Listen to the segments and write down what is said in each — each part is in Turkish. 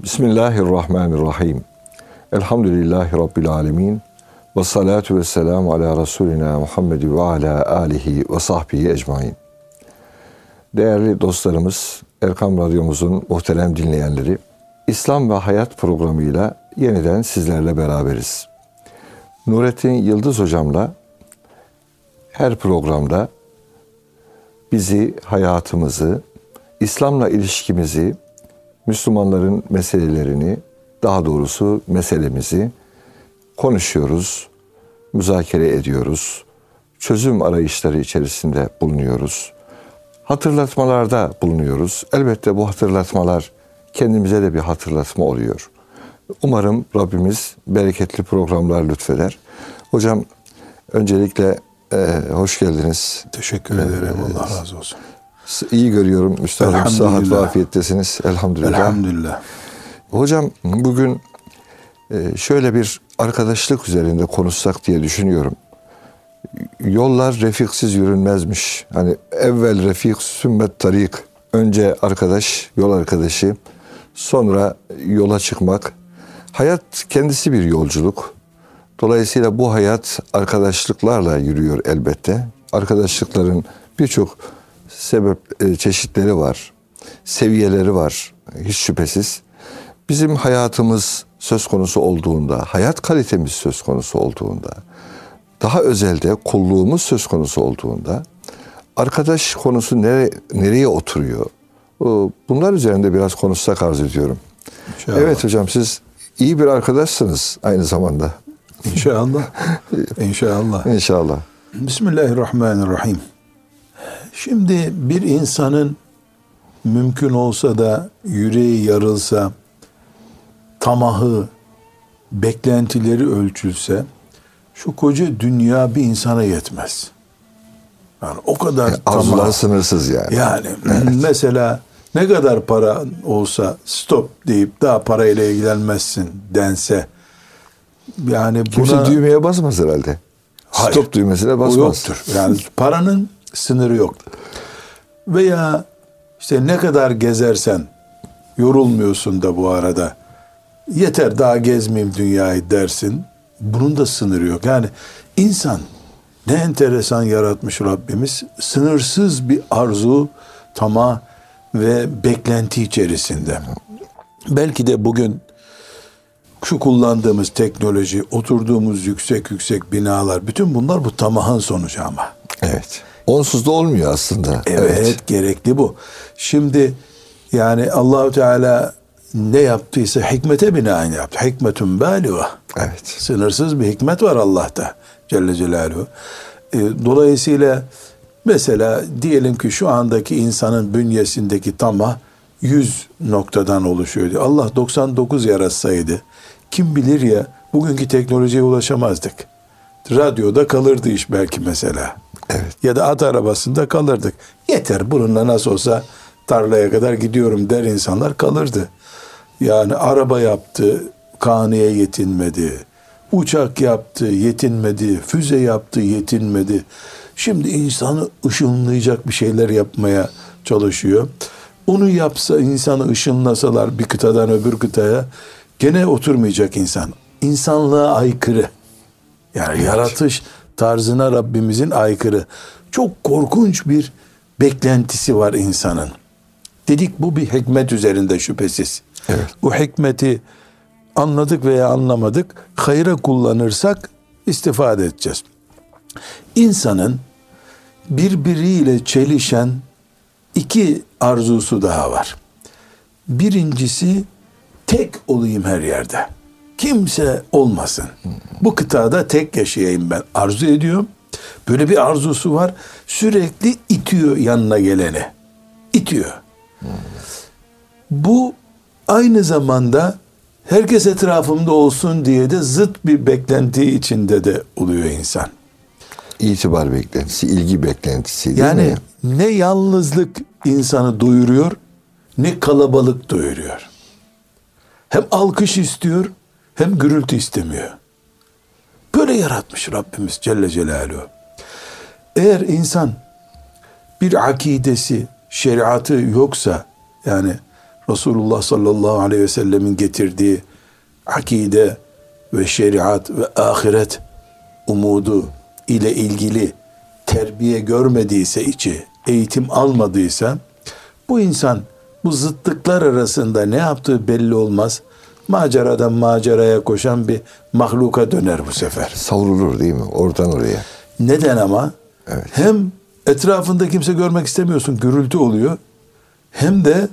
Bismillahirrahmanirrahim. Elhamdülillahi Rabbil alemin. Ve salatu ve selamu ala Resulina Muhammed ve ala alihi ve sahbihi ecmain. Değerli dostlarımız, Erkam Radyomuzun muhterem dinleyenleri, İslam ve Hayat programıyla yeniden sizlerle beraberiz. Nurettin Yıldız hocamla her programda bizi, hayatımızı, İslam'la ilişkimizi, Müslümanların meselelerini, daha doğrusu meselemizi konuşuyoruz, müzakere ediyoruz, çözüm arayışları içerisinde bulunuyoruz, hatırlatmalarda bulunuyoruz. Elbette bu hatırlatmalar kendimize de bir hatırlatma oluyor. Umarım Rabbimiz bereketli programlar lütfeder. Hocam öncelikle hoş geldiniz. Teşekkür ederim. Allah razı olsun. İyi görüyorum. Müslümanım, sıhhat ve afiyettesiniz. Elhamdülillah. Elhamdülillah. Hocam bugün şöyle bir arkadaşlık üzerinde konuşsak diye düşünüyorum. Yollar refiksiz yürünmezmiş. Hani evvel refik sümmet tarik. Önce arkadaş, yol arkadaşı, sonra yola çıkmak. Hayat kendisi bir yolculuk. Dolayısıyla bu hayat arkadaşlıklarla yürüyor elbette. Arkadaşlıkların birçok çeşitleri var, seviyeleri var hiç şüphesiz. Bizim hayatımız söz konusu olduğunda, hayat kalitemiz söz konusu olduğunda, daha özelde kulluğumuz söz konusu olduğunda, arkadaş konusu nereye oturuyor? Bunlar üzerinde biraz konuşsak arzu ediyorum. İnşallah. Evet hocam, siz iyi bir arkadaşsınız aynı zamanda. İnşallah. İnşallah. İnşallah. Bismillahirrahmanirrahim. Şimdi bir insanın mümkün olsa da yüreği yarılsa, tamahı, beklentileri ölçülse, şu koca dünya bir insana yetmez. Yani o kadar arzular sınırsız yani. Yani evet. Mesela ne kadar para olsa stop deyip daha parayla ilgilenmezsin dense, yani kimse düğmeye basmaz herhalde. Hayır, stop düğmesine basmaz. O yoktur. Yani paranın sınırı yok. Veya işte ne kadar gezersen yorulmuyorsun da bu arada. Yeter daha gezmeyeyim dünyayı dersin. Bunun da sınırı yok. Yani insan ne enteresan yaratmış Rabbimiz. Sınırsız bir arzu, tamah ve beklenti içerisinde. Belki de bugün şu kullandığımız teknoloji, oturduğumuz yüksek binalar, bütün bunlar bu tamahın sonucu ama. Evet. Onsuz da olmuyor aslında. Evet, gerekli bu. Şimdi yani Allahu Teala ne yaptıysa hikmete binaen yaptı. Hikmetun bâliga. Evet. Sınırsız bir hikmet var Allah'ta Celle Celaluhu. Dolayısıyla mesela diyelim ki şu andaki insanın bünyesindeki tamah 100 noktadan oluşuyor. Allah 99 yaratsaydı kim bilir ya bugünkü teknolojiye ulaşamazdık. Radyoda kalırdı iş belki mesela. Evet. Ya da at arabasında kalırdık. Yeter bununla nasıl olsa tarlaya kadar gidiyorum der insanlar, kalırdı. Yani araba yaptı, kaniye yetinmedi. Uçak yaptı, yetinmedi. Füze yaptı, yetinmedi. Şimdi insanı ışınlayacak bir şeyler yapmaya çalışıyor. Onu yapsa, insanı ışınlasalar bir kıtadan öbür kıtaya, gene oturmayacak insan. İnsanlığa aykırı. Yani evet, yaratış tarzına Rabbimizin aykırı. Çok korkunç bir beklentisi var insanın. Dedik bu bir hikmet üzerinde şüphesiz. Evet. Bu hikmeti anladık veya anlamadık, hayra kullanırsak istifade edeceğiz. İnsanın birbiriyle çelişen iki arzusu daha var. Birincisi tek olayım her yerde. Kimse olmasın. Bu kıtada tek yaşayayım ben. Arzu ediyorum. Böyle bir arzusu var. Sürekli itiyor yanına geleni. İtiyor. Bu aynı zamanda herkes etrafımda olsun diye de zıt bir beklenti içinde de oluyor insan. İtibar beklentisi, ilgi beklentisi değil yani mi? Ne yalnızlık insanı doyuruyor, ne kalabalık doyuruyor. Hem alkış istiyor, hem gürültü istemiyor. Böyle yaratmış Rabbimiz Celle Celaluhu. Eğer insan bir akidesi, şeriatı yoksa, yani Resulullah sallallahu aleyhi ve sellemin getirdiği akide ve şeriat ve ahiret umudu ile ilgili terbiye görmediyse içi, eğitim almadıysa, bu insan bu zıtlıklar arasında ne yaptığı belli olmaz. Maceradan maceraya koşan bir mahluka döner bu sefer. Savrulur değil mi? Oradan oraya. Neden ama? Evet. Hem etrafında kimse görmek istemiyorsun, gürültü oluyor. Hem de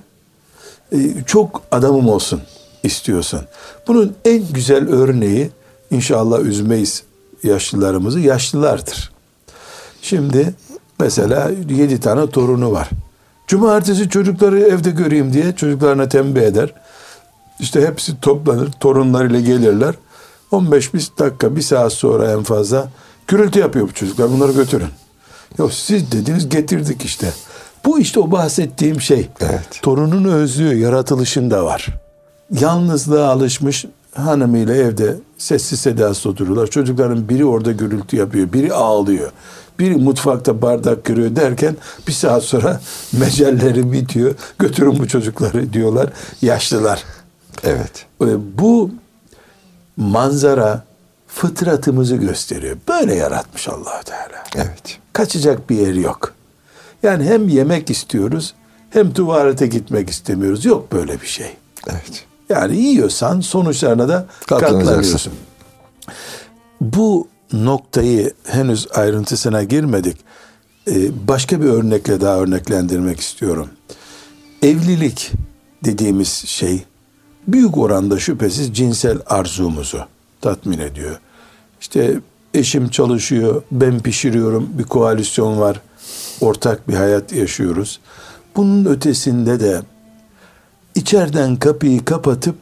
çok adamım olsun istiyorsun. Bunun en güzel örneği, inşallah üzmeyiz yaşlılarımızı, yaşlılardır. Şimdi mesela 7 tane torunu var. Cumartesi çocukları evde göreyim diye çocuklarına tembih eder. İşte hepsi toplanır, torunlarıyla gelirler. 15 dakika, 1 saat sonra en fazla gürültü yapıyor bu çocuklar. Bunları götürün. Yok siz dediniz, getirdik işte. Bu işte o bahsettiğim şey. Evet. Torununu özlüyor, yaratılışında var. Yalnızlığa alışmış hanımıyla evde sessiz sedasız oturuyorlar. Çocukların biri orada gürültü yapıyor, biri ağlıyor. Biri mutfakta bardak kırıyor derken 1 saat sonra mecelleri bitiyor. Götürün bu çocukları diyorlar yaşlılar. Evet. Bu manzara fıtratımızı gösteriyor. Böyle yaratmış Allah-u Teala. Evet. Kaçacak bir yeri yok. Yani hem yemek istiyoruz hem tuvalete gitmek istemiyoruz. Yok böyle bir şey. Evet. Yani yiyorsan sonuçlarına da katlanıyorsun. Bu noktayı henüz ayrıntısına girmedik. Başka bir örnekle daha örneklendirmek istiyorum. Evlilik dediğimiz şey büyük oranda şüphesiz cinsel arzumuzu tatmin ediyor. İşte eşim çalışıyor, ben pişiriyorum, bir koalisyon var, ortak bir hayat yaşıyoruz. Bunun ötesinde de içeriden kapıyı kapatıp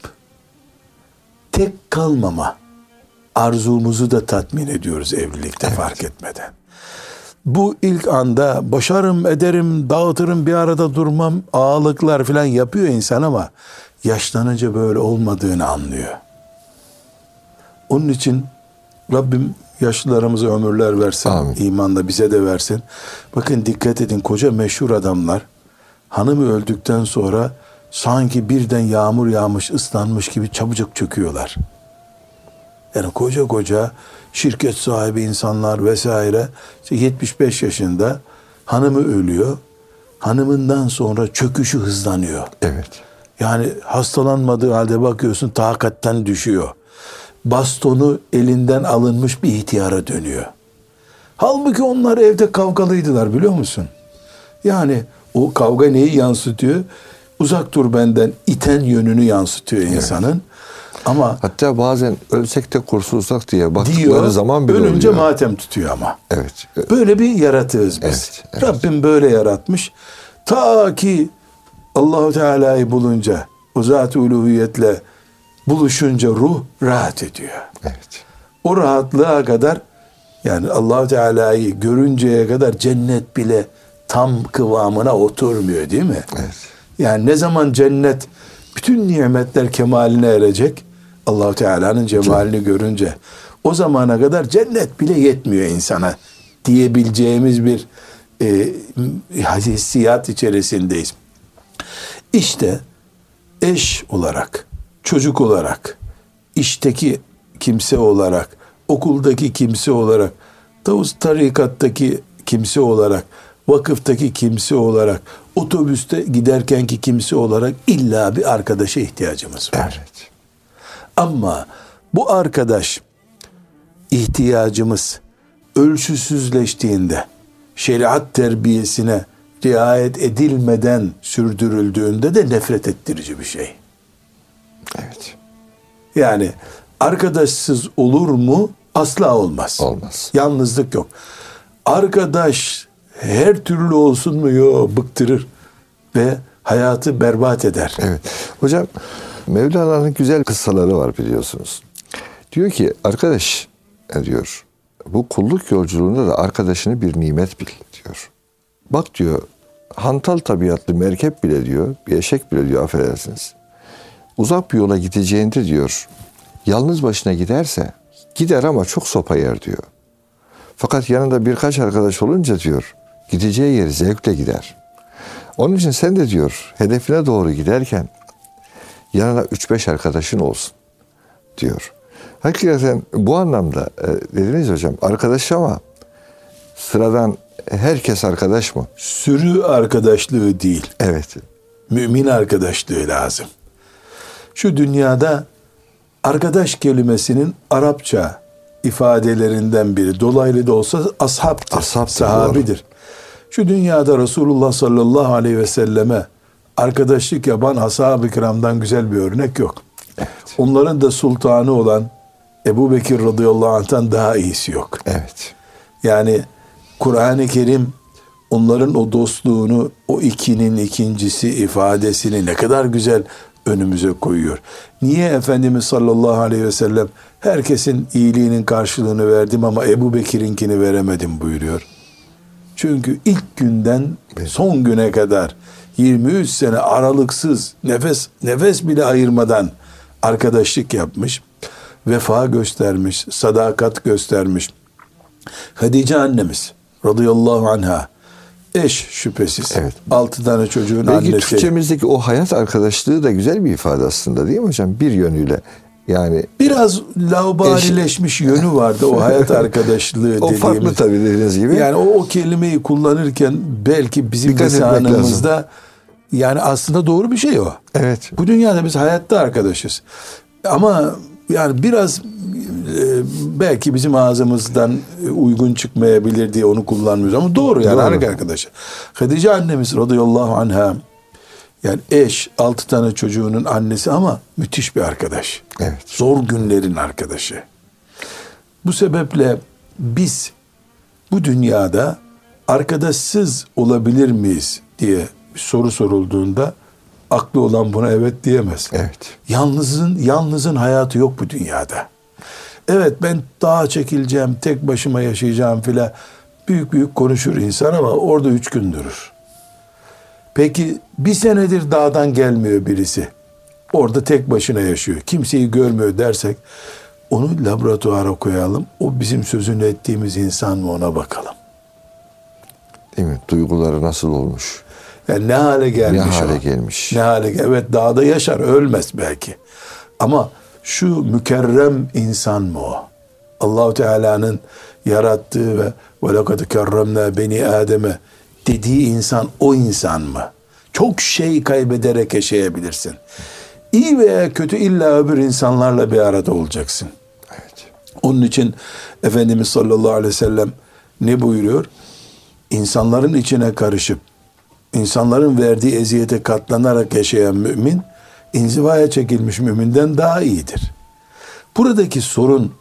tek kalmama arzumuzu da tatmin ediyoruz evlilikte, evet, fark etmeden. Bu ilk anda başarım, ederim, dağıtırım, bir arada durmam, ağalıklar falan yapıyor insan ama yaşlanınca böyle olmadığını anlıyor. Onun için Rabbim yaşlılarımıza ömürler versin. Amin. İmanla bize de versin. Bakın dikkat edin, koca meşhur adamlar hanımı öldükten sonra sanki birden yağmur yağmış, ıslanmış gibi çabucak çöküyorlar. Yani koca şirket sahibi insanlar vesaire, işte 75 yaşında hanımı ölüyor. Hanımından sonra çöküşü hızlanıyor. Evet. Yani hastalanmadığı halde bakıyorsun takatten düşüyor. Bastonu elinden alınmış bir ihtiyara dönüyor. Halbuki onlar evde kavgalıydılar, biliyor musun? Yani o kavga neyi yansıtıyor? Uzak dur benden iten yönünü yansıtıyor insanın. Evet. Ama hatta bazen ölsek de kurtulsak diye baktıkları diyor, zaman bile ölünce oluyor. matem tutuyor ama. Evet. Böyle bir yaratığız biz. Evet, evet. Rabbim böyle yaratmış. Ta ki Allah-u Teala'yı bulunca, o zat-ı uluhiyetle buluşunca ruh rahat ediyor. Evet. O rahatlığa kadar, yani Allah-u Teala'yı görünceye kadar cennet bile tam kıvamına oturmuyor, değil mi? Evet. Yani ne zaman cennet, bütün nimetler kemaline erecek, Allah-u Teala'nın cemalini görünce, o zamana kadar cennet bile yetmiyor insana diyebileceğimiz bir hissiyat içerisindeyiz. İşte eş olarak, çocuk olarak, işteki kimse olarak, okuldaki kimse olarak, tarikattaki kimse olarak, vakıftaki kimse olarak, otobüste giderkenki kimse olarak illa bir arkadaşa ihtiyacımız var. Evet. Ama bu arkadaş ihtiyacımız ölçüsüzleştiğinde, şeriat terbiyesine riayet edilmeden sürdürüldüğünde de nefret ettirici bir şey. Evet. Yani arkadaşsız olur mu? Asla olmaz. Olmaz. Yalnızlık yok. Arkadaş her türlü olsun mu? Yok, bıktırır ve hayatı berbat eder. Evet. Hocam, Mevlana'nın güzel kıssaları var biliyorsunuz. Diyor ki arkadaş, diyor, bu kulluk yolculuğunda da arkadaşını bir nimet bil diyor. Bak diyor, hantal tabiatlı merkep bile diyor, bir eşek bile diyor, affedersiniz, uzak bir yola gideceğinde diyor, yalnız başına giderse gider ama çok sopa yer diyor. Fakat yanında birkaç arkadaş olunca diyor, gideceği yeri zevkle gider. Onun için sen de diyor, hedefine doğru giderken yanına 3-5 arkadaşın olsun diyor. Hakikaten bu anlamda dediniz hocam, arkadaş ama sıradan herkes arkadaş mı? Sürü arkadaşlığı değil. Evet. Mümin arkadaşlığı lazım. Şu dünyada arkadaş kelimesinin Arapça ifadelerinden biri, dolaylı da olsa ashaptır, sahabidir. Doğru. Şu dünyada Resulullah sallallahu aleyhi ve selleme arkadaşlık yapan ashab-ı kiramdan güzel bir örnek yok. Evet. Onların da sultanı olan Ebu Bekir radıyallahu anh'tan daha iyisi yok. Evet. Yani Kur'an-ı Kerim onların o dostluğunu, o ikinin ikincisi ifadesini ne kadar güzel önümüze koyuyor. Niye Efendimiz sallallahu aleyhi ve sellem herkesin iyiliğinin karşılığını verdim ama Ebu Bekir'inkini veremedim buyuruyor? Çünkü ilk günden son güne kadar 23 sene aralıksız nefes bile ayırmadan arkadaşlık yapmış, vefa göstermiş, sadakat göstermiş. Hatice annemiz radıyallahu anha eş şüphesiz. Evet. 6 tane çocuğun belki annesi. Türkçemizdeki o hayat arkadaşlığı da güzel bir ifade aslında, değil mi hocam? Bir yönüyle. Yani biraz laubalileşmiş yönü vardı o hayat arkadaşlığı dediğimiz. O farklı tabii dediğiniz gibi. Yani o kelimeyi kullanırken belki bizim lisanımızda yani aslında doğru bir şey o. Evet. Bu dünyada biz hayatta arkadaşız. Ama yani biraz belki bizim ağzımızdan uygun çıkmayabilir diye onu kullanmıyoruz ama doğru yani arkadaşlar. Hatice annemiz radıyallahu anha yani eş, 6 tane çocuğunun annesi ama müthiş bir arkadaş. Evet. Zor günlerin arkadaşı. Bu sebeple biz bu dünyada arkadaşsız olabilir miyiz diye bir soru sorulduğunda aklı olan buna evet diyemez. Evet. Yalnızın hayatı yok bu dünyada. Evet ben dağa çekileceğim, tek başıma yaşayacağım filan. Büyük büyük konuşur insan ama orada 3 gün durur. Peki 1 senedir dağdan gelmiyor birisi. Orada tek başına yaşıyor. Kimseyi görmüyor dersek onu laboratuvara koyalım. O bizim sözünü ettiğimiz insan mı ona bakalım. Değil mi? Duyguları nasıl olmuş? Yani ne hale gelmiş Ne hale o? gelmiş? Ne hale gelmiş? Evet dağda yaşar, ölmez belki. Ama şu mükerrem insan mı o? Allah-u Teala'nın yarattığı ve وَلَقَدْ كَرَّمْنَا beni Adem'e dediği insan o insan mı? Çok şey kaybederek yaşayabilirsin. İyi veya kötü illa öbür insanlarla bir arada olacaksın. Evet. Onun için Efendimiz sallallahu aleyhi ve sellem ne buyuruyor? İnsanların içine karışıp, insanların verdiği eziyete katlanarak yaşayan mümin, inzivaya çekilmiş müminden daha iyidir. Buradaki sorun,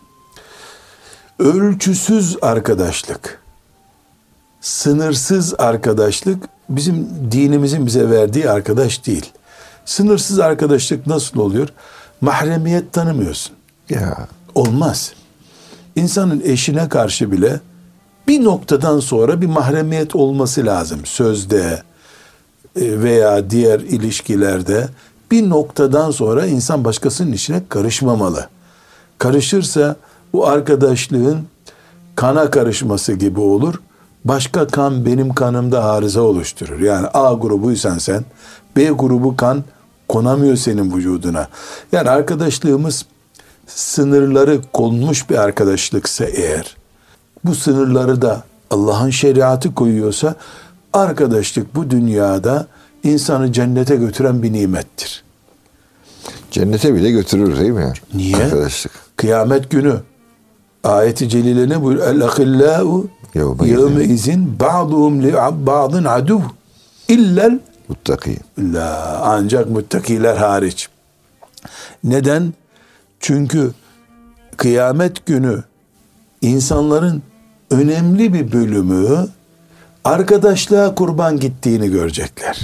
ölçüsüz arkadaşlık, sınırsız arkadaşlık, bizim dinimizin bize verdiği arkadaş değil. Sınırsız arkadaşlık nasıl oluyor? Mahremiyet tanımıyorsun. Ya. Olmaz. İnsanın eşine karşı bile bir noktadan sonra bir mahremiyet olması lazım. Sözde veya diğer ilişkilerde bir noktadan sonra insan başkasının işine karışmamalı. Karışırsa bu arkadaşlığın kana karışması gibi olur. Başka kan benim kanımda arıza oluşturur. Yani A grubuysan sen, B grubu kan konamıyor senin vücuduna. Yani arkadaşlığımız sınırları konmuş bir arkadaşlıksa eğer, bu sınırları da Allah'ın şeriatı koyuyorsa, arkadaşlık bu dünyada insanı cennete götüren bir nimettir. Cennete bile götürür değil mi? Niye? Arkadaşlık. Kıyamet günü ayet-i celile ne buyuruyor? El-ahillâ'u yevme izin ba'duhum li ba'dın aduv illel muttaki. Ancak muttakiler hariç. Neden? Çünkü kıyamet günü insanların önemli bir bölümü arkadaşlığa kurban gittiğini görecekler.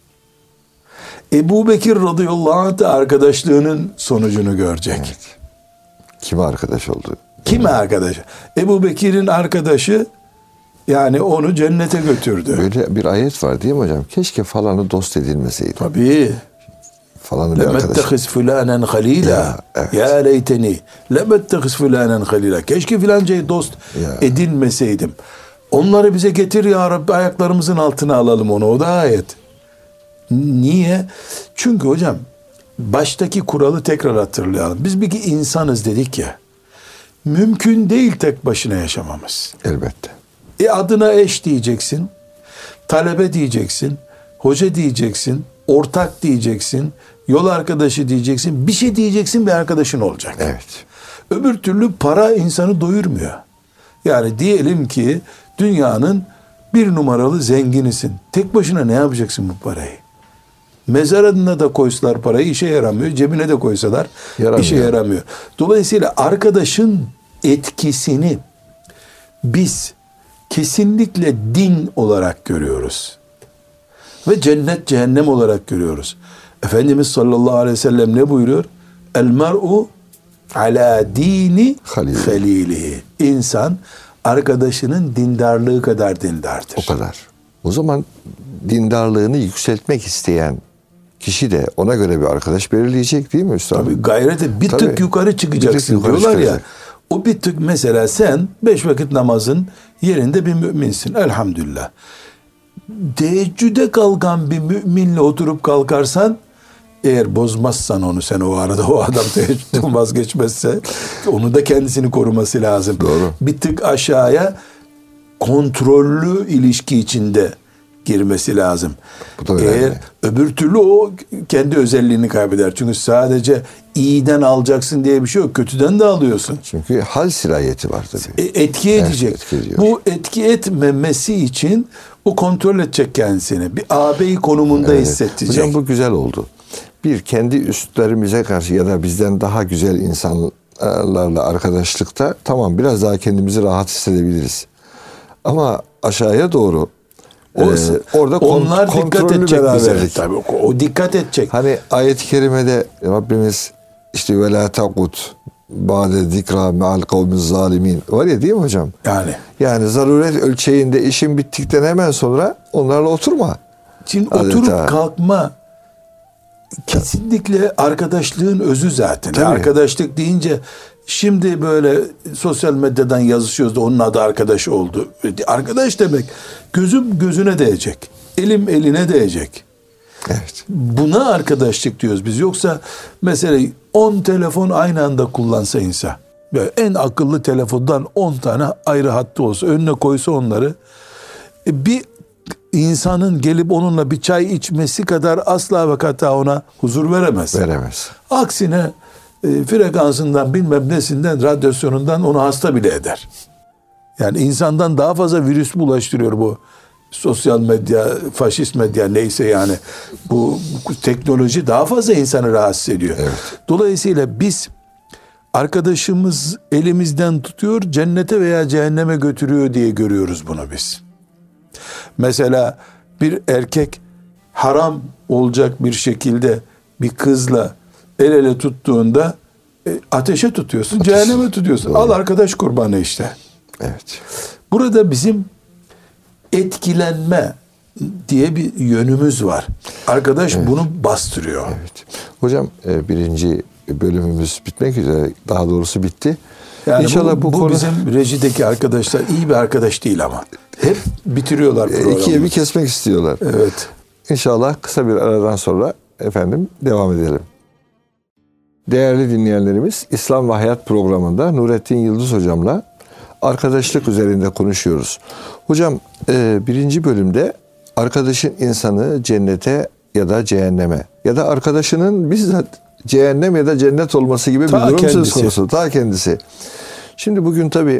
Ebu Bekir radıyallahu anh da arkadaşlığının sonucunu görecek. Evet. Kime arkadaş oldu? Kime arkadaş? Ebu Bekir'in arkadaşı yani onu cennete götürdü. Böyle bir ayet var değil mi hocam? Keşke falanı dost edilmeseydi. Tabii. Falanı bir arkadaş. Lemettehiz fülanen halila. Ya leyteni. Lemettehiz fülanen halila. Keşke filancayı dost edinmeseydim. Onları bize getir ya Rabbi, ayaklarımızın altına alalım onu. O da ayet. Niye? Çünkü hocam baştaki kuralı tekrar hatırlayalım. Biz bir insanız dedik ya. Mümkün değil tek başına yaşamamız. Elbette. Adına eş diyeceksin, talebe diyeceksin, hoca diyeceksin, ortak diyeceksin, yol arkadaşı diyeceksin, bir şey diyeceksin, bir arkadaşın olacak. Evet. Öbür türlü para insanı doyurmuyor. Yani diyelim ki dünyanın bir numaralı zenginisin. Tek başına ne yapacaksın bu parayı? Mezarına da koysalar parayı işe yaramıyor. Cebine de koysalar Yaramıyor. işe yaramıyor. Dolayısıyla arkadaşın etkisini biz kesinlikle din olarak görüyoruz. Ve cennet cehennem olarak görüyoruz. Efendimiz sallallahu aleyhi ve sellem ne buyuruyor? El mer'u ala dini halilihi. İnsan arkadaşının dindarlığı kadar dindardır. O kadar. O zaman dindarlığını yükseltmek isteyen kişi de ona göre bir arkadaş belirleyecek değil mi üstadım? Tabii gayrete bir tık Tabii. yukarı çıkacaksın Bir tık yukarı diyorlar çıkacak. ya. O bir tık mesela sen 5 vakit namazın yerinde bir müminsin elhamdülillah. Teheccüde kalkan bir müminle oturup kalkarsan, eğer bozmazsan onu sen o arada, o adam teheccüden vazgeçmezse onu da kendisini koruması lazım. Doğru. Bir tık aşağıya kontrollü ilişki içinde girmesi lazım. Bu da önemli. Eğer öbür türlü o kendi özelliğini kaybeder. Çünkü sadece iyiden alacaksın diye bir şey yok. Kötüden de alıyorsun. Çünkü hal sirayeti var tabii. Etki edecek. etki ediyor. Bu etki etmemesi için o kontrol edecek kendisini. Bir ağabey konumunda hissedecek. Hocam bu güzel oldu. Bir, kendi üstlerimize karşı ya da bizden daha güzel insanlarla arkadaşlıkta tamam biraz daha kendimizi rahat hissedebiliriz. Ama aşağıya doğru orada onlar dikkat kontrollü edecek bize. beraberlik. Tabii o dikkat edecek. Hani ayet-i kerimede Rabbimiz işte ve la takut ba'de zikra me'al kavmiz zalimin var ya değil mi hocam? Yani zaruret ölçeğinde işin bittikten hemen sonra onlarla oturma. Şimdi Adeta. oturup kalkma kesinlikle arkadaşlığın özü zaten. Tabii. Arkadaşlık deyince şimdi böyle sosyal medyadan yazışıyoruz da onun adı arkadaş oldu. Arkadaş demek gözüm gözüne değecek. Elim eline değecek. Evet. Buna arkadaşlık diyoruz biz. Yoksa mesela 10 telefon aynı anda kullansa insan. Böyle en akıllı telefondan 10 tane ayrı hattı olsa, önüne koysa onları, bir insanın gelip onunla bir çay içmesi kadar asla ve kata ona huzur veremez. Veremez. Aksine frekansından bilmem nesinden, radyasyonundan onu hasta bile eder. Yani insandan daha fazla virüs bulaştırıyor bu sosyal medya, faşist medya neyse yani. Bu teknoloji daha fazla insanı rahatsız ediyor. Evet. Dolayısıyla biz arkadaşımız elimizden tutuyor, cennete veya cehenneme götürüyor diye görüyoruz bunu biz. Mesela bir erkek haram olacak bir şekilde bir kızla el ele tuttuğunda ateşe tutuyorsun, cehenneme tutuyorsun. Doğru. Al arkadaş kurbanı işte. Evet. Burada bizim etkilenme diye bir yönümüz var. Arkadaş bunu bastırıyor. Evet. Hocam birinci bölümümüz bitmek üzere. Daha doğrusu bitti. Yani İnşallah bu konu bizim rejideki arkadaşlar iyi bir arkadaş değil ama. Hep bitiriyorlar programı. ikiye bir kesmek istiyorlar. Evet. İnşallah kısa bir aradan sonra efendim devam edelim. Değerli dinleyenlerimiz, İslam ve Hayat programında Nurettin Yıldız hocamla arkadaşlık üzerinde konuşuyoruz. Hocam birinci bölümde arkadaşın insanı cennete ya da cehenneme ya da arkadaşının bizzat cehennem ya da cennet olması gibi bir durum söz konusu. Ta kendisi. Şimdi bugün tabii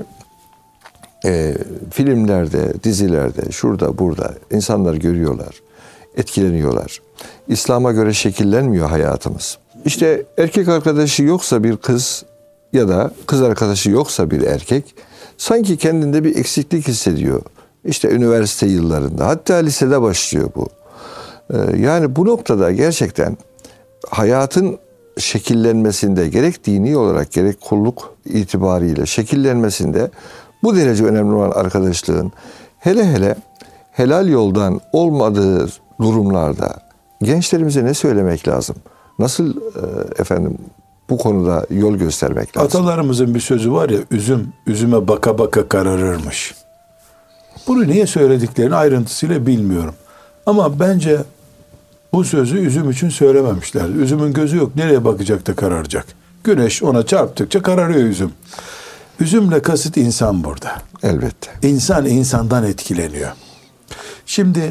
filmlerde, dizilerde, şurada burada insanlar görüyorlar, etkileniyorlar. İslam'a göre şekillenmiyor hayatımız. İşte erkek arkadaşı yoksa bir kız ya da kız arkadaşı yoksa bir erkek sanki kendinde bir eksiklik hissediyor. İşte üniversite yıllarında, hatta lisede başlıyor bu. Yani bu noktada gerçekten hayatın şekillenmesinde gerek dini olarak gerek kulluk itibariyle şekillenmesinde bu derece önemli olan arkadaşlığın hele helal yoldan olmadığı durumlarda gençlerimize ne söylemek lazım? Nasıl efendim bu konuda yol göstermek lazım? Atalarımızın bir sözü var ya, üzüme baka baka kararırmış. Bunu niye söylediklerini ayrıntısıyla bilmiyorum. Ama bence Bu sözü üzüm için söylememişler. Üzümün gözü yok. Nereye bakacak da kararacak? Güneş ona çarptıkça kararıyor üzüm. Üzümle kasıt insan burada. Elbette. İnsan insandan etkileniyor. Şimdi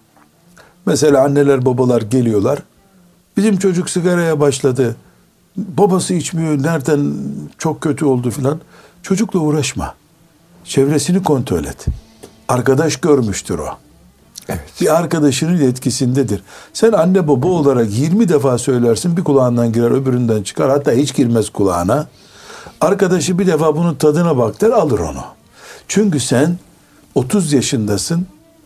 mesela anneler babalar geliyorlar. Bizim çocuk sigaraya başladı. Babası içmiyor. Nereden çok kötü oldu filan. Çocukla uğraşma. Çevresini kontrol et. Arkadaş görmüştür o. Evet. Bir arkadaşının etkisindedir. Sen anne baba olarak 20 defa söylersin, bir kulağından girer öbüründen çıkar, hatta hiç girmez kulağına. Arkadaşı bir defa bunun tadına bak der, alır onu. Çünkü sen 30 yaşındasın,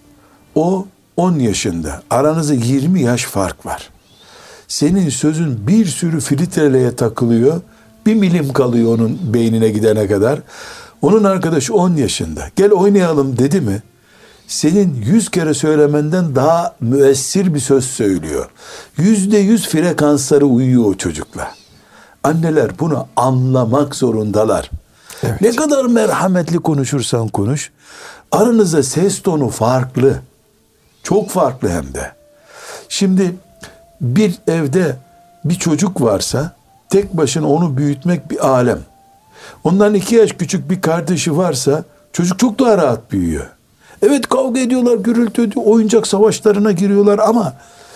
o 10 yaşında. Aranızda 20 yaş fark var. Senin sözün bir sürü filtreleye takılıyor. 1 milim kalıyor onun beynine gidene kadar. Onun arkadaşı 10 yaşında. Gel oynayalım dedi mi? Senin 100 kere söylemenden daha müessir bir söz söylüyor. %100 frekansları uyuyor o çocukla. Anneler bunu anlamak zorundalar. Evet. Ne kadar merhametli konuşursan konuş, aranızda ses tonu farklı. Çok farklı hem de. Şimdi bir evde bir çocuk varsa tek başına onu büyütmek bir alem. Ondan 2 yaş küçük bir kardeşi varsa çocuk çok daha rahat büyüyor. Evet, kavga ediyorlar, gürültü ediyor, oyuncak savaşlarına giriyorlar ama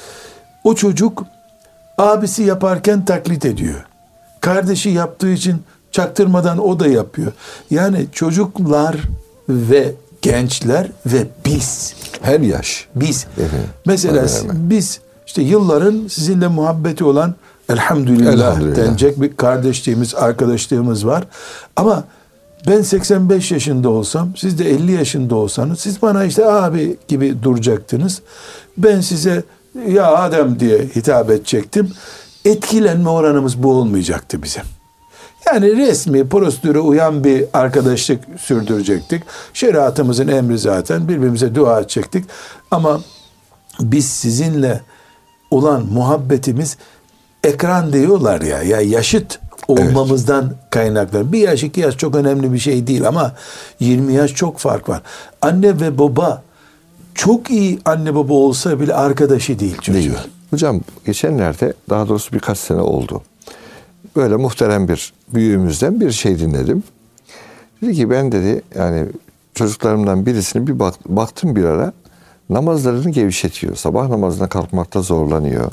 o çocuk abisi yaparken taklit ediyor. Kardeşi yaptığı için çaktırmadan o da yapıyor. Yani çocuklar ve gençler ve biz. Her yaş. Biz. Evet. Mesela biz işte yılların sizinle muhabbeti olan elhamdülillah denecek bir kardeşliğimiz, arkadaşlığımız var. Ama ben 85 yaşında olsam, siz de 50 yaşında olsanız, siz bana işte abi gibi duracaktınız. Ben size ya Adem diye hitap edecektim. Etkilenme oranımız bu olmayacaktı bizim. Yani resmi prosedüre uyan bir arkadaşlık sürdürecektik. Şeriatımızın emri zaten, birbirimize dua edecektik. Ama biz sizinle olan muhabbetimiz, ekran diyorlar ya yaşıt olmamızdan kaynaklar. 1 yaş 2 yaş çok önemli bir şey değil ama 20 yaş çok fark var. Anne ve baba çok iyi anne baba olsa bile arkadaşı değil çocuğu. Değil. Hocam geçenlerde, daha doğrusu birkaç sene oldu, böyle muhterem bir büyüğümüzden bir şey dinledim. Dedi ki ben dedi yani çocuklarımdan birisini bir baktım bir ara namazlarını gevşetiyor. Sabah namazına kalkmakta zorlanıyor.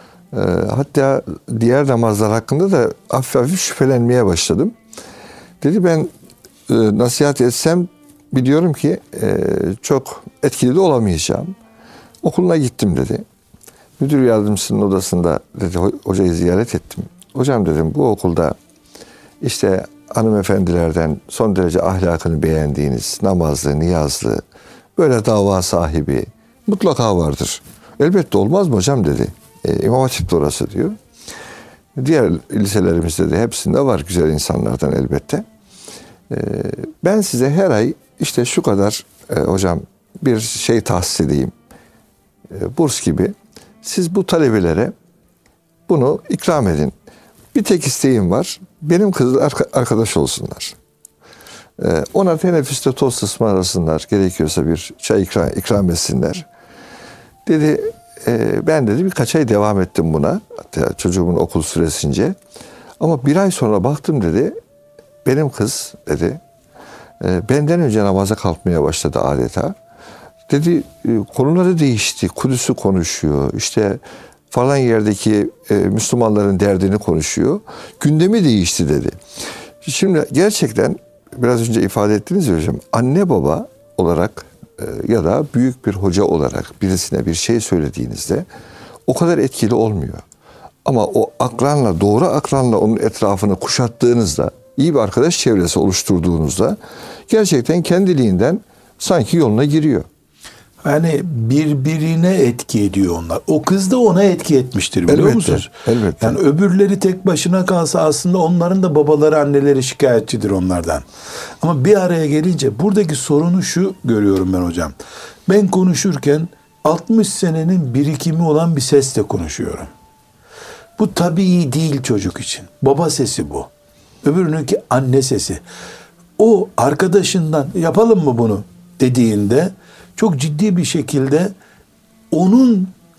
Hatta diğer namazlar hakkında da hafif hafif şüphelenmeye başladım. Dedi ben nasihat etsem biliyorum ki çok etkili de olamayacağım. Okuluna gittim dedi. Müdür yardımcısının odasında dedi hocayı ziyaret ettim. Hocam dedim bu okulda işte hanımefendilerden son derece ahlakını beğendiğiniz, namazlı, niyazlı, böyle dava sahibi mutlaka vardır. Elbette olmaz mı hocam dedi. İmam Hatip'te orası diyor. Diğer liselerimizde de hepsinde var güzel insanlardan elbette. Ben size her ay işte şu kadar hocam bir şey tahsis edeyim. Burs gibi. Siz bu talebelere bunu ikram edin. Bir tek isteğim var. Benim kızla arkadaş olsunlar. Ona teneffüste tost ısmarlasınlar. Gerekiyorsa bir çay ikram etsinler. Dedi ben dedi birkaç ay devam ettim buna. Hatta çocuğumun okul süresince. Ama 1 ay sonra baktım dedi. Benim kız dedi benden önce namaza kalkmaya başladı adeta. Dedi konuları değişti. Kudüs'ü konuşuyor. İşte falan yerdeki Müslümanların derdini konuşuyor. Gündemi değişti dedi. Şimdi gerçekten biraz önce ifade ettiniz ya hocam. Anne baba olarak ya da büyük bir hoca olarak birisine bir şey söylediğinizde o kadar etkili olmuyor. Ama o akranla, doğru akranla onun etrafını kuşattığınızda, iyi bir arkadaş çevresi oluşturduğunuzda gerçekten kendiliğinden sanki yoluna giriyor. Yani birbirine etki ediyor onlar. O kız da ona etki etmiştir biliyor musunuz? Elbette. Yani öbürleri tek başına kalsa aslında onların da babaları, anneleri şikayetçidir onlardan. Ama bir araya gelince buradaki sorunu şu görüyorum ben hocam. Ben konuşurken 60 senenin birikimi olan bir sesle konuşuyorum. Bu tabii değil çocuk için. Baba sesi bu. Öbürününki anne sesi. O arkadaşından yapalım mı bunu dediğinde çok ciddi bir şekilde onun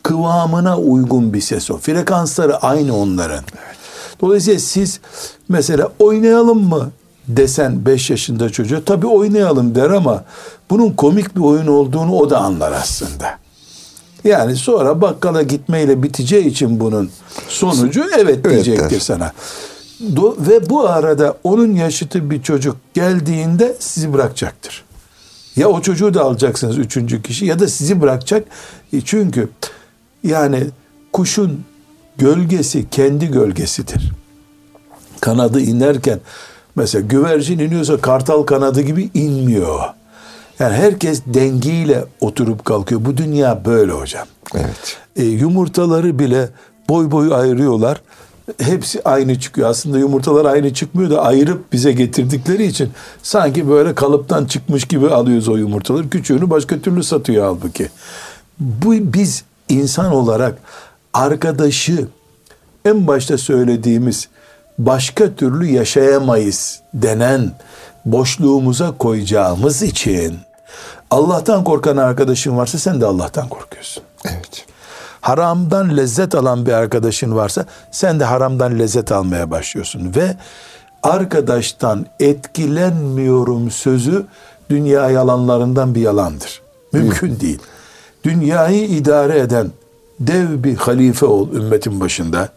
kıvamına uygun bir ses o. Frekansları aynı onların. Dolayısıyla siz mesela oynayalım mı desen 5 yaşında çocuğa, tabii oynayalım der ama bunun komik bir oyun olduğunu o da anlar aslında. Yani sonra bakkala gitmeyle biteceği için bunun sonucu evet diyecektir der. sana. Ve bu arada onun yaşıtı bir çocuk geldiğinde sizi bırakacaktır. Ya o çocuğu da alacaksınız 3. kişi ya da sizi bırakacak. Çünkü yani kuşun gölgesi kendi gölgesidir. Kanadı inerken mesela güvercin iniyorsa kartal kanadı gibi inmiyor. Yani herkes dengiyle oturup kalkıyor. Bu dünya böyle hocam. Evet. Yumurtaları bile boy boy ayırıyorlar. Hepsi aynı çıkıyor. Aslında yumurtalar aynı çıkmıyor da ayırıp bize getirdikleri için sanki böyle kalıptan çıkmış gibi alıyoruz o yumurtaları. Küçüğünü başka türlü satıyor halbuki. Biz insan olarak arkadaşı en başta söylediğimiz başka türlü yaşayamayız denen boşluğumuza koyacağımız için Allah'tan korkan arkadaşın varsa sen de Allah'tan korkuyorsun. Evet. Haramdan lezzet alan bir arkadaşın varsa sen de haramdan lezzet almaya başlıyorsun ve arkadaştan etkilenmiyorum sözü dünya yalanlarından bir yalandır. Mümkün değil. Dünyayı idare eden dev bir halife ol ümmetin başında.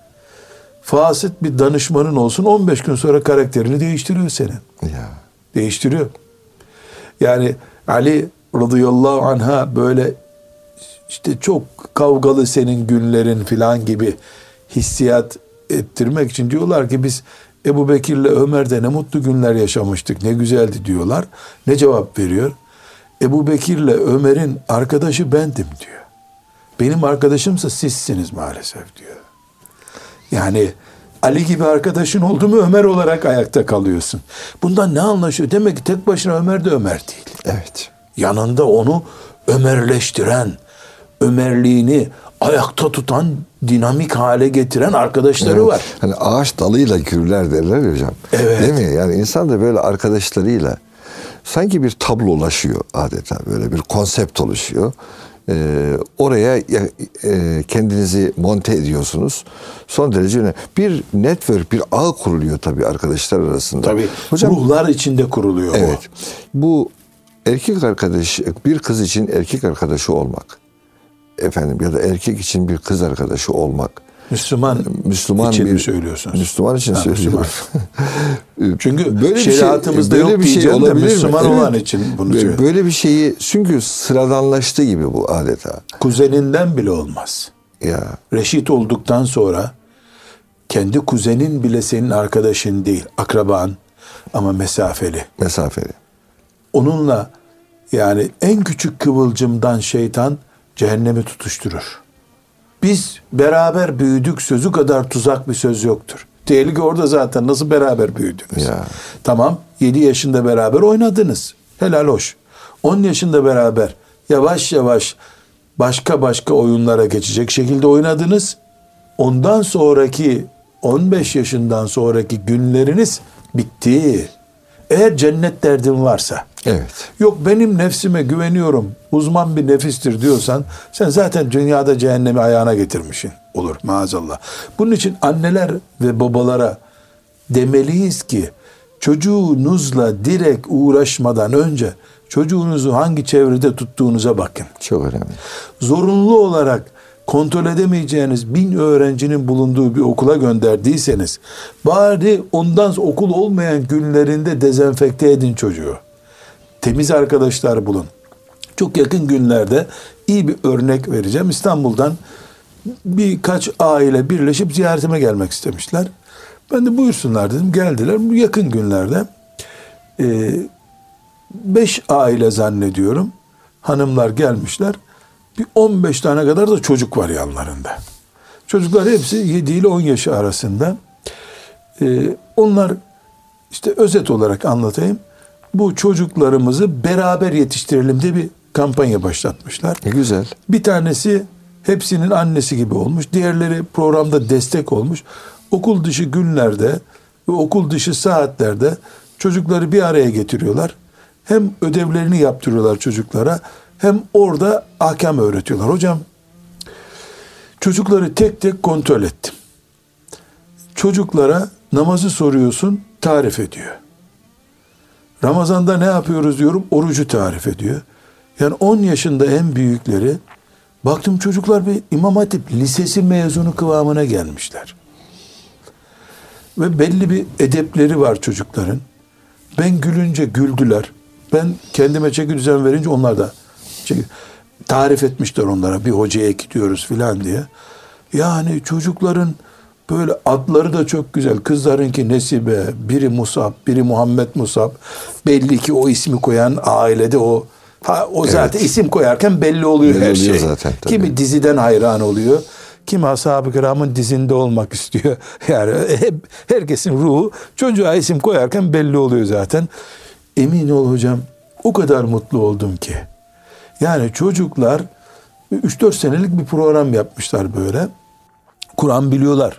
Fasit bir danışmanın olsun 15 gün sonra karakterini değiştiriyor senin. Ya. Değiştiriyor. Yani Ali radıyallahu anh'a böyle işte çok kavgalı senin günlerin filan gibi hissiyat ettirmek için diyorlar ki biz Ebu Bekir'le Ömer'de ne mutlu günler yaşamıştık, ne güzeldi diyorlar. Ne cevap veriyor? Ebu Bekir'le Ömer'in arkadaşı bendim diyor. Benim arkadaşımsa sizsiniz maalesef diyor. Yani Ali gibi arkadaşın oldu mu Ömer olarak ayakta kalıyorsun. Bundan ne anlaşıyor? Demek ki tek başına Ömer de Ömer değil. Evet. Yanında onu Ömerleştiren, Ömerliğini ayakta tutan, dinamik hale getiren arkadaşları Evet. var. Hani ağaç dalıyla gürler derler ya hocam. Evet. Değil mi? Yani insan da böyle arkadaşlarıyla sanki bir tablolaşıyor adeta. Böyle bir konsept oluşuyor. Oraya kendinizi monte ediyorsunuz. Son derece önemli. Bir network, bir ağ kuruluyor tabii arkadaşlar arasında. Tabii hocam, ruhlar içinde kuruluyor evet. Bu erkek arkadaş, bir kız için erkek arkadaşı olmak. Efendim ya da erkek için bir kız arkadaşı olmak. Müslüman için mi söylüyorsunuz? Müslüman için söylüyorum. Çünkü böyle şeriatımızda yok bir şey diyeceğim de olabilir mi? Müslüman Evet. olan için bunu söylüyorum. Böyle bir şeyi çünkü sıradanlaştı gibi bu adeta. Kuzeninden bile olmaz. Ya. Reşit olduktan sonra kendi kuzenin bile senin arkadaşın değil, akraban ama mesafeli. Mesafeli. Onunla yani en küçük kıvılcımdan şeytan cehennemi tutuşturur. Biz beraber büyüdük sözü kadar tuzak bir söz yoktur. Tehlike orada zaten, nasıl beraber büyüdünüz? Ya. Tamam, 7 yaşında beraber oynadınız. Helal hoş. 10 yaşında beraber yavaş yavaş başka oyunlara geçecek şekilde oynadınız. Ondan sonraki 15 yaşından sonraki günleriniz bitti. Eğer cennet derdin varsa, Evet. yok benim nefsime güveniyorum, uzman bir nefistir diyorsan sen zaten dünyada cehennemi ayağına getirmişsin olur maazallah. Bunun için anneler ve babalara demeliyiz ki çocuğunuzla direkt uğraşmadan önce çocuğunuzu hangi çevrede tuttuğunuza bakın. Çok önemli. Zorunlu olarak kontrol edemeyeceğiniz 1000 öğrencinin bulunduğu bir okula gönderdiyseniz bari ondan okul olmayan günlerinde dezenfekte edin çocuğu. Temiz arkadaşlar bulun. Çok yakın günlerde iyi bir örnek vereceğim. İstanbul'dan birkaç aile birleşip ziyaretime gelmek istemişler. Ben de buyursunlar dedim. Geldiler. Bu yakın günlerde 5 aile zannediyorum. Hanımlar gelmişler. Bir 15 tane kadar da çocuk var yanlarında. Çocuklar hepsi 7 ile 10 yaşı arasında. Onlar işte özet olarak anlatayım. Bu çocuklarımızı beraber yetiştirelim diye bir kampanya başlatmışlar. Ne güzel. Bir tanesi hepsinin annesi gibi olmuş. Diğerleri programda destek olmuş. Okul dışı günlerde ve okul dışı saatlerde çocukları bir araya getiriyorlar. Hem ödevlerini yaptırıyorlar çocuklara, hem orada ahkam öğretiyorlar. Hocam Çocukları tek tek kontrol ettim. Çocuklara namazı soruyorsun, tarif ediyor. Ramazan'da ne yapıyoruz diyorum, orucu tarif ediyor. Yani 10 yaşında en büyükleri, baktım çocuklar bir İmam Hatip lisesi mezunu kıvamına gelmişler. Ve belli bir edepleri var çocukların. Ben gülünce güldüler. Ben kendime çeki düzen verince onlar da tarif etmişler onlara. Bir hocaya gidiyoruz filan diye. Yani çocukların böyle adları da çok güzel. Kızlarınki Nesibe, biri Musab, biri Muhammed Musab. Belli ki o ismi koyan ailede o zaten isim koyarken belli oluyor her şey. Zaten, kimi diziden hayran oluyor. Kimi ashab-ı kiramın dizinde olmak istiyor. Yani herkesin ruhu çocuğa isim koyarken belli oluyor zaten. Emin ol hocam, o kadar mutlu oldum ki. Yani çocuklar 3-4 senelik bir program yapmışlar böyle. Kur'an biliyorlar.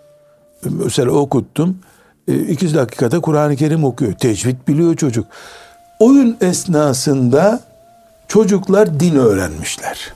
Mesela okuttum. 2 dakikada Kur'an-ı Kerim okuyor. Tecvid biliyor çocuk. Oyun esnasında çocuklar din öğrenmişler.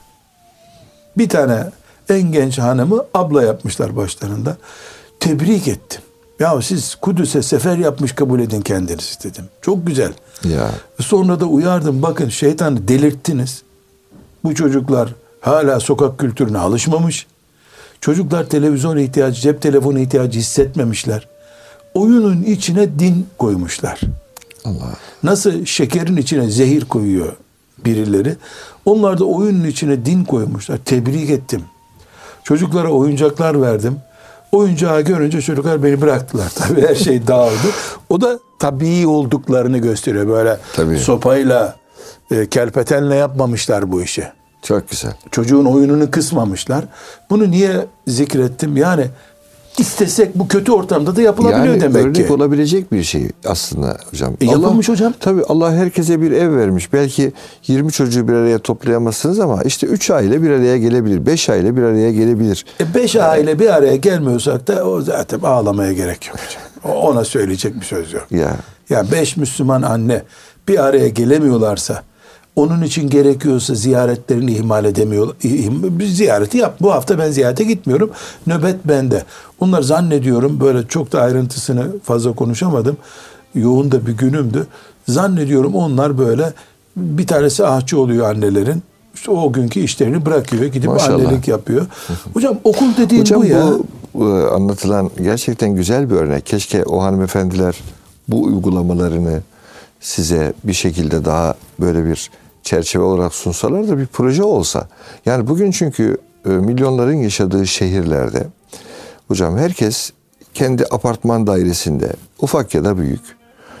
Bir tane en genç hanımı abla yapmışlar başlarında. Tebrik ettim. Ya siz Kudüs'e sefer yapmış kabul edin kendinizi dedim. Çok güzel. Ya. Sonra da uyardım. Bakın şeytanı delirttiniz. Bu çocuklar hala sokak kültürüne alışmamış. Çocuklar televizyon ihtiyacı, cep telefonu ihtiyacı hissetmemişler. Oyunun içine din koymuşlar. Allah. Nasıl şekerin içine zehir koyuyor birileri. Onlar da oyunun içine din koymuşlar. Tebrik ettim. Çocuklara oyuncaklar verdim. Oyuncağı görünce çocuklar beni bıraktılar. Tabii her şey dağıldı. O da tabii olduklarını gösteriyor. Böyle Tabii. sopayla, kerpetenle yapmamışlar bu işi. Çok güzel. Çocuğun oyununu kısmamışlar. Bunu niye zikrettim? Yani istesek bu kötü ortamda da yapılabiliyor yani demek ki. örnek olabilecek bir şey aslında hocam. Yapılmış hocam. Tabii Allah herkese bir ev vermiş. Belki 20 çocuğu bir araya toplayamazsınız ama işte 3 aile bir araya gelebilir. 5 aile bir araya gelebilir. 5 aile bir araya gelmiyorsak da o zaten ağlamaya gerek yok hocam. Ona söyleyecek bir söz yok. Ya 5 Müslüman anne bir araya gelemiyorlarsa, onun için gerekiyorsa ziyaretlerini ihmal edemiyor. Ziyareti yap. Bu hafta ben ziyarete gitmiyorum. Nöbet bende. Onlar zannediyorum, böyle çok da ayrıntısını fazla konuşamadım. Yoğun da bir günümdü. Zannediyorum onlar böyle, bir tanesi ahçı oluyor annelerin. İşte o günkü işlerini bırakıyor. Gidip Maşallah. annelik yapıyor. Hocam okul dediğin hocam, bu ya. Bu anlatılan gerçekten güzel bir örnek. Keşke o hanımefendiler bu uygulamalarını size bir şekilde daha böyle bir çerçeve olarak sunsalar da bir proje olsa. Yani bugün çünkü milyonların yaşadığı şehirlerde hocam herkes kendi apartman dairesinde, ufak ya da büyük,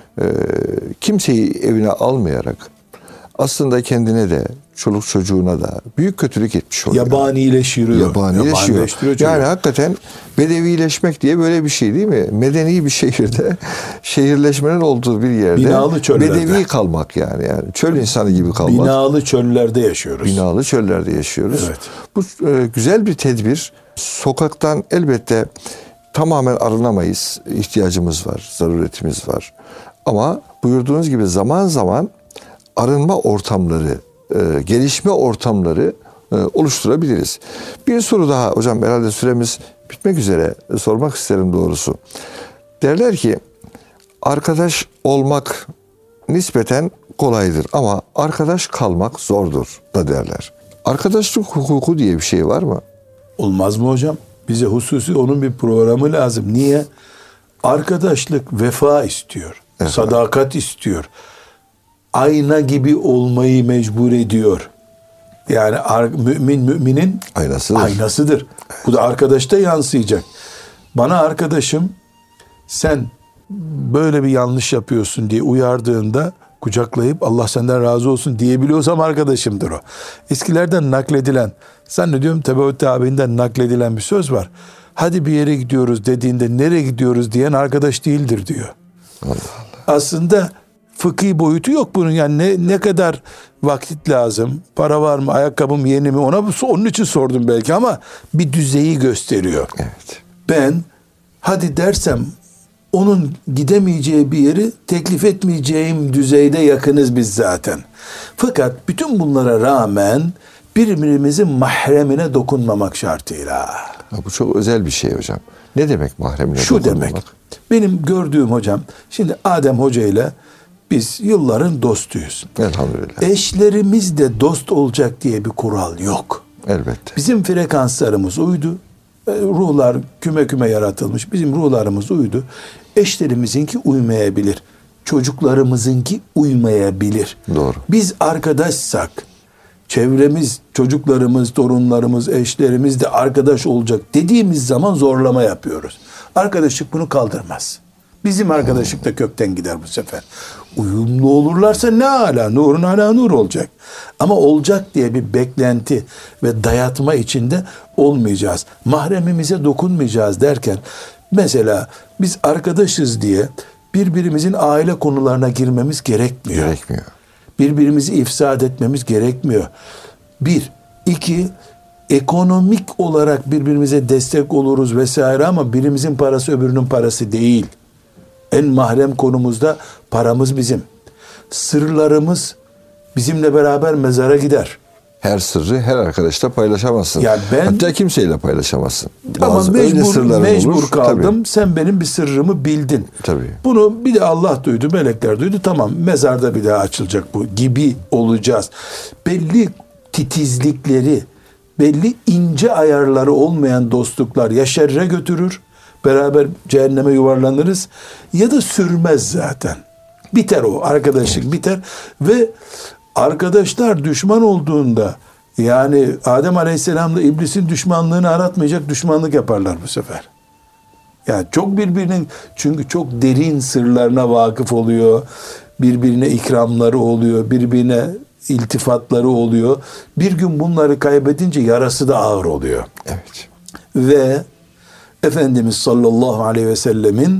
kimseyi evine almayarak aslında kendine de çoluk çocuğuna da büyük kötülük etmiş oluyor. Yabanileşiyor. Yani hakikaten bedevileşmek diye böyle bir şey değil mi? Medeni bir şehirde, şehirleşmenin olduğu bir yerde binalı çöllerde. Bedevi kalmak yani çöl insanı gibi kalmak. Binalı çöllerde yaşıyoruz. Binalı çöllerde yaşıyoruz. Evet. Bu güzel bir tedbir. Sokaktan elbette tamamen arınamayız. İhtiyacımız var, zaruretimiz var. Ama buyurduğunuz gibi zaman zaman arınma ortamları, gelişme ortamları oluşturabiliriz. Bir soru daha hocam, herhalde süremiz bitmek üzere, sormak isterim doğrusu. Derler ki arkadaş olmak nispeten kolaydır ama arkadaş kalmak zordur da derler. Arkadaşlık hukuku diye bir şey var mı? Olmaz mı hocam? Bize hususi onun bir programı lazım. Niye? Arkadaşlık vefa istiyor. Evet. Sadakat istiyor. Ayna gibi olmayı mecbur ediyor. Yani müminin aynasıdır. Bu da arkadaşta yansıyacak. Bana arkadaşım sen böyle bir yanlış yapıyorsun diye uyardığında kucaklayıp Allah senden razı olsun diyebiliyorsam arkadaşımdır o. Eskilerden nakledilen, zannediyorum Tebeut tabiinden nakledilen bir söz var. Hadi bir yere gidiyoruz dediğinde nereye gidiyoruz diyen arkadaş değildir diyor. Allah Allah. Aslında fıkhi boyutu yok bunun. Yani ne kadar vakit lazım, para var mı, ayakkabım yeni mi, onun için sordum belki ama bir düzeyi gösteriyor. Evet. Ben hadi dersem onun gidemeyeceği bir yeri teklif etmeyeceğim düzeyde yakınız biz zaten. Fakat bütün bunlara rağmen birbirimizin mahremine dokunmamak şartıyla. Ha, bu çok özel bir şey hocam. Ne demek mahremine Şu dokunmamak? demek, benim gördüğüm hocam, şimdi Adem Hoca ile biz yılların dostuyuz. Elhamdülillah. Eşlerimiz de dost olacak diye bir kural yok. Elbette. Bizim frekanslarımız uydu. Ruhlar küme küme yaratılmış. Bizim ruhlarımız uydu. Eşlerimizinki uymayabilir. Çocuklarımızınki uymayabilir. Doğru. Biz arkadaşsak, çevremiz, çocuklarımız, torunlarımız, eşlerimiz de arkadaş olacak dediğimiz zaman zorlama yapıyoruz. Arkadaşlık bunu kaldırmaz. Bizim arkadaşlık da kökten gider bu sefer. Uyumlu olurlarsa ne ala, nurun ala nur olacak. Ama olacak diye bir beklenti ve dayatma içinde olmayacağız. Mahremimize dokunmayacağız derken, mesela biz arkadaşız diye birbirimizin aile konularına girmemiz gerekmiyor. Gerekmiyor. Birbirimizi ifsad etmemiz gerekmiyor. Bir. İki, ekonomik olarak birbirimize destek oluruz vesaire ama birimizin parası öbürünün parası değil. En mahrem konumuzda paramız bizim. Sırlarımız bizimle beraber mezara gider. Her sırrı her arkadaşla paylaşamazsın. Ya ben- Hatta kimseyle paylaşamazsın. Ama Bazı öyle sırların mecbur olur. kaldım. Tabii. Sen benim bir sırrımı bildin. Tabii. Bunu bir de Allah duydu, melekler duydu. Tamam, mezarda bir daha açılacak bu gibi olacağız. Belli titizlikleri, belli ince ayarları olmayan dostluklar ya şerre götürür, beraber cehenneme yuvarlanırız, ya da sürmez zaten. Biter o arkadaşlık, biter ve arkadaşlar düşman olduğunda, yani Adem Aleyhisselam'la iblisin düşmanlığını aratmayacak düşmanlık yaparlar bu sefer. Yani çok birbirinin, çünkü çok derin sırlarına vakıf oluyor. Birbirine ikramları oluyor, birbirine iltifatları oluyor. Bir gün bunları kaybedince yarası da ağır oluyor. Evet. Ve Efendimiz sallallahu aleyhi ve sellemin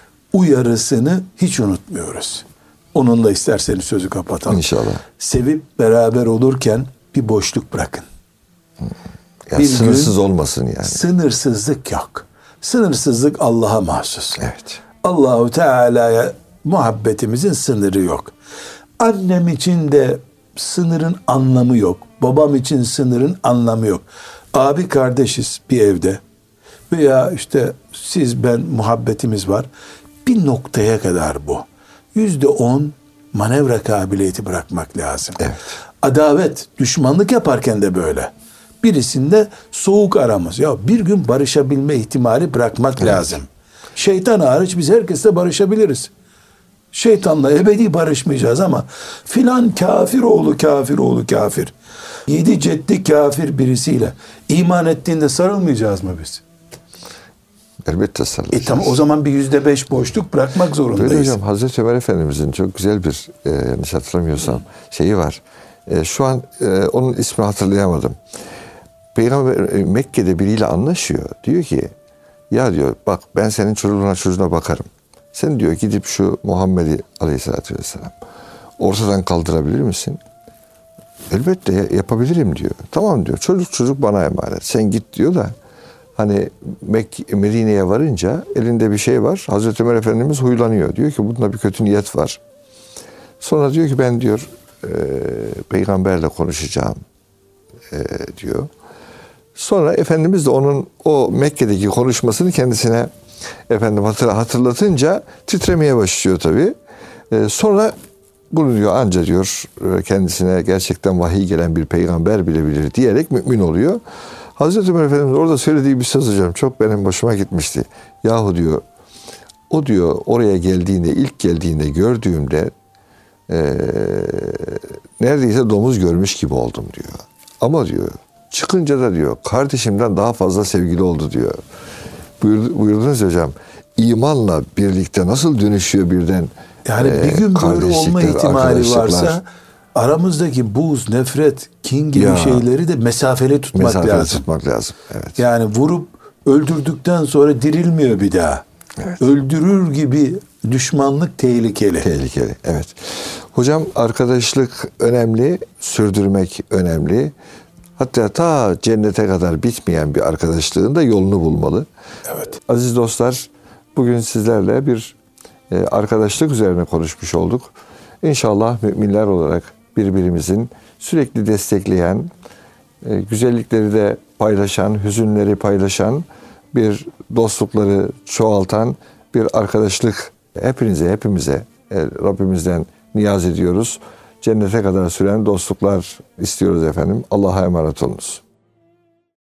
uyarısını hiç unutmuyoruz. Onunla isterseniz sözü kapatalım. İnşallah. Sevip beraber olurken bir boşluk bırakın. Yani Bir sınırsız gün olmasın yani. Sınırsızlık yok. Sınırsızlık Allah'a mahsus. Evet. Allahu Teala'ya muhabbetimizin sınırı yok. Annem için de sınırın anlamı yok. Babam için sınırın anlamı yok. Abi kardeşiz bir evde veya işte siz ben muhabbetimiz var. Bir noktaya kadar bu. %10 manevra kabiliyeti bırakmak lazım. Evet. Adavet, düşmanlık yaparken de böyle. Birisinde soğuk aramız. Ya bir gün barışabilme ihtimali bırakmak lazım. Şeytan hariç biz herkesle barışabiliriz. Şeytanla ebedi barışmayacağız ama filan kafir oğlu kafir oğlu kafir. 7 ceddi kafir birisiyle iman ettiğinde sarılmayacağız mı biz? Elbette sarılacağız. Tamam, o zaman bir %5 boşluk bırakmak zorundayız. Böyle hocam, Hazreti Ömer Efendimizin çok güzel bir yanlış hatırlamıyorsam şeyi var. Şu an onun ismini hatırlayamadım. Peygamber Mekke'de biriyle anlaşıyor. Diyor ki ya diyor bak ben senin çocuğuna bakarım. Sen diyor gidip şu Muhammed'i aleyhissalatü vesselam ortadan kaldırabilir misin? Elbette yapabilirim diyor. Tamam diyor. Çocuk bana emanet. Sen git diyor da hani Medine'ye varınca elinde bir şey var. Hazreti Ömer Efendimiz huylanıyor. Diyor ki bunda bir kötü niyet var. Sonra diyor ki ben diyor peygamberle konuşacağım diyor. Sonra Efendimiz de onun o Mekke'deki konuşmasını kendisine hatırlatınca titremeye başlıyor tabii. Sonra bunu diyor anca diyor kendisine gerçekten vahiy gelen bir peygamber bile bilir diyerek mümin oluyor. Hazreti Ömer Efendimiz orada söylediği bir söz hocam çok benim hoşuma gitmişti. Yahu diyor o diyor oraya geldiğinde ilk geldiğinde gördüğümde neredeyse domuz görmüş gibi oldum diyor. Ama diyor çıkınca da diyor kardeşimden daha fazla sevgili oldu diyor. Buyurdunuz hocam. İmanla birlikte nasıl dönüşüyor birden? Yani bir gün böyle olma ihtimali varsa aramızdaki buz, nefret, kin gibi şeyleri de mesafeli tutmak lazım. Evet. Yani vurup öldürdükten sonra dirilmiyor bir daha. Evet. Öldürür gibi düşmanlık tehlikeli. Tehlikeli, evet. Hocam arkadaşlık önemli, sürdürmek önemli. Hatta ta cennete kadar bitmeyen bir arkadaşlığın da yolunu bulmalı. Evet. Aziz dostlar, bugün sizlerle bir arkadaşlık üzerine konuşmuş olduk. İnşallah müminler olarak birbirimizin sürekli destekleyen, güzellikleri de paylaşan, hüzünleri paylaşan, bir dostlukları çoğaltan bir arkadaşlık hepimize Rabbimizden niyaz ediyoruz. Cennete kadar süren dostluklar istiyoruz efendim. Allah'a emanet olunuz.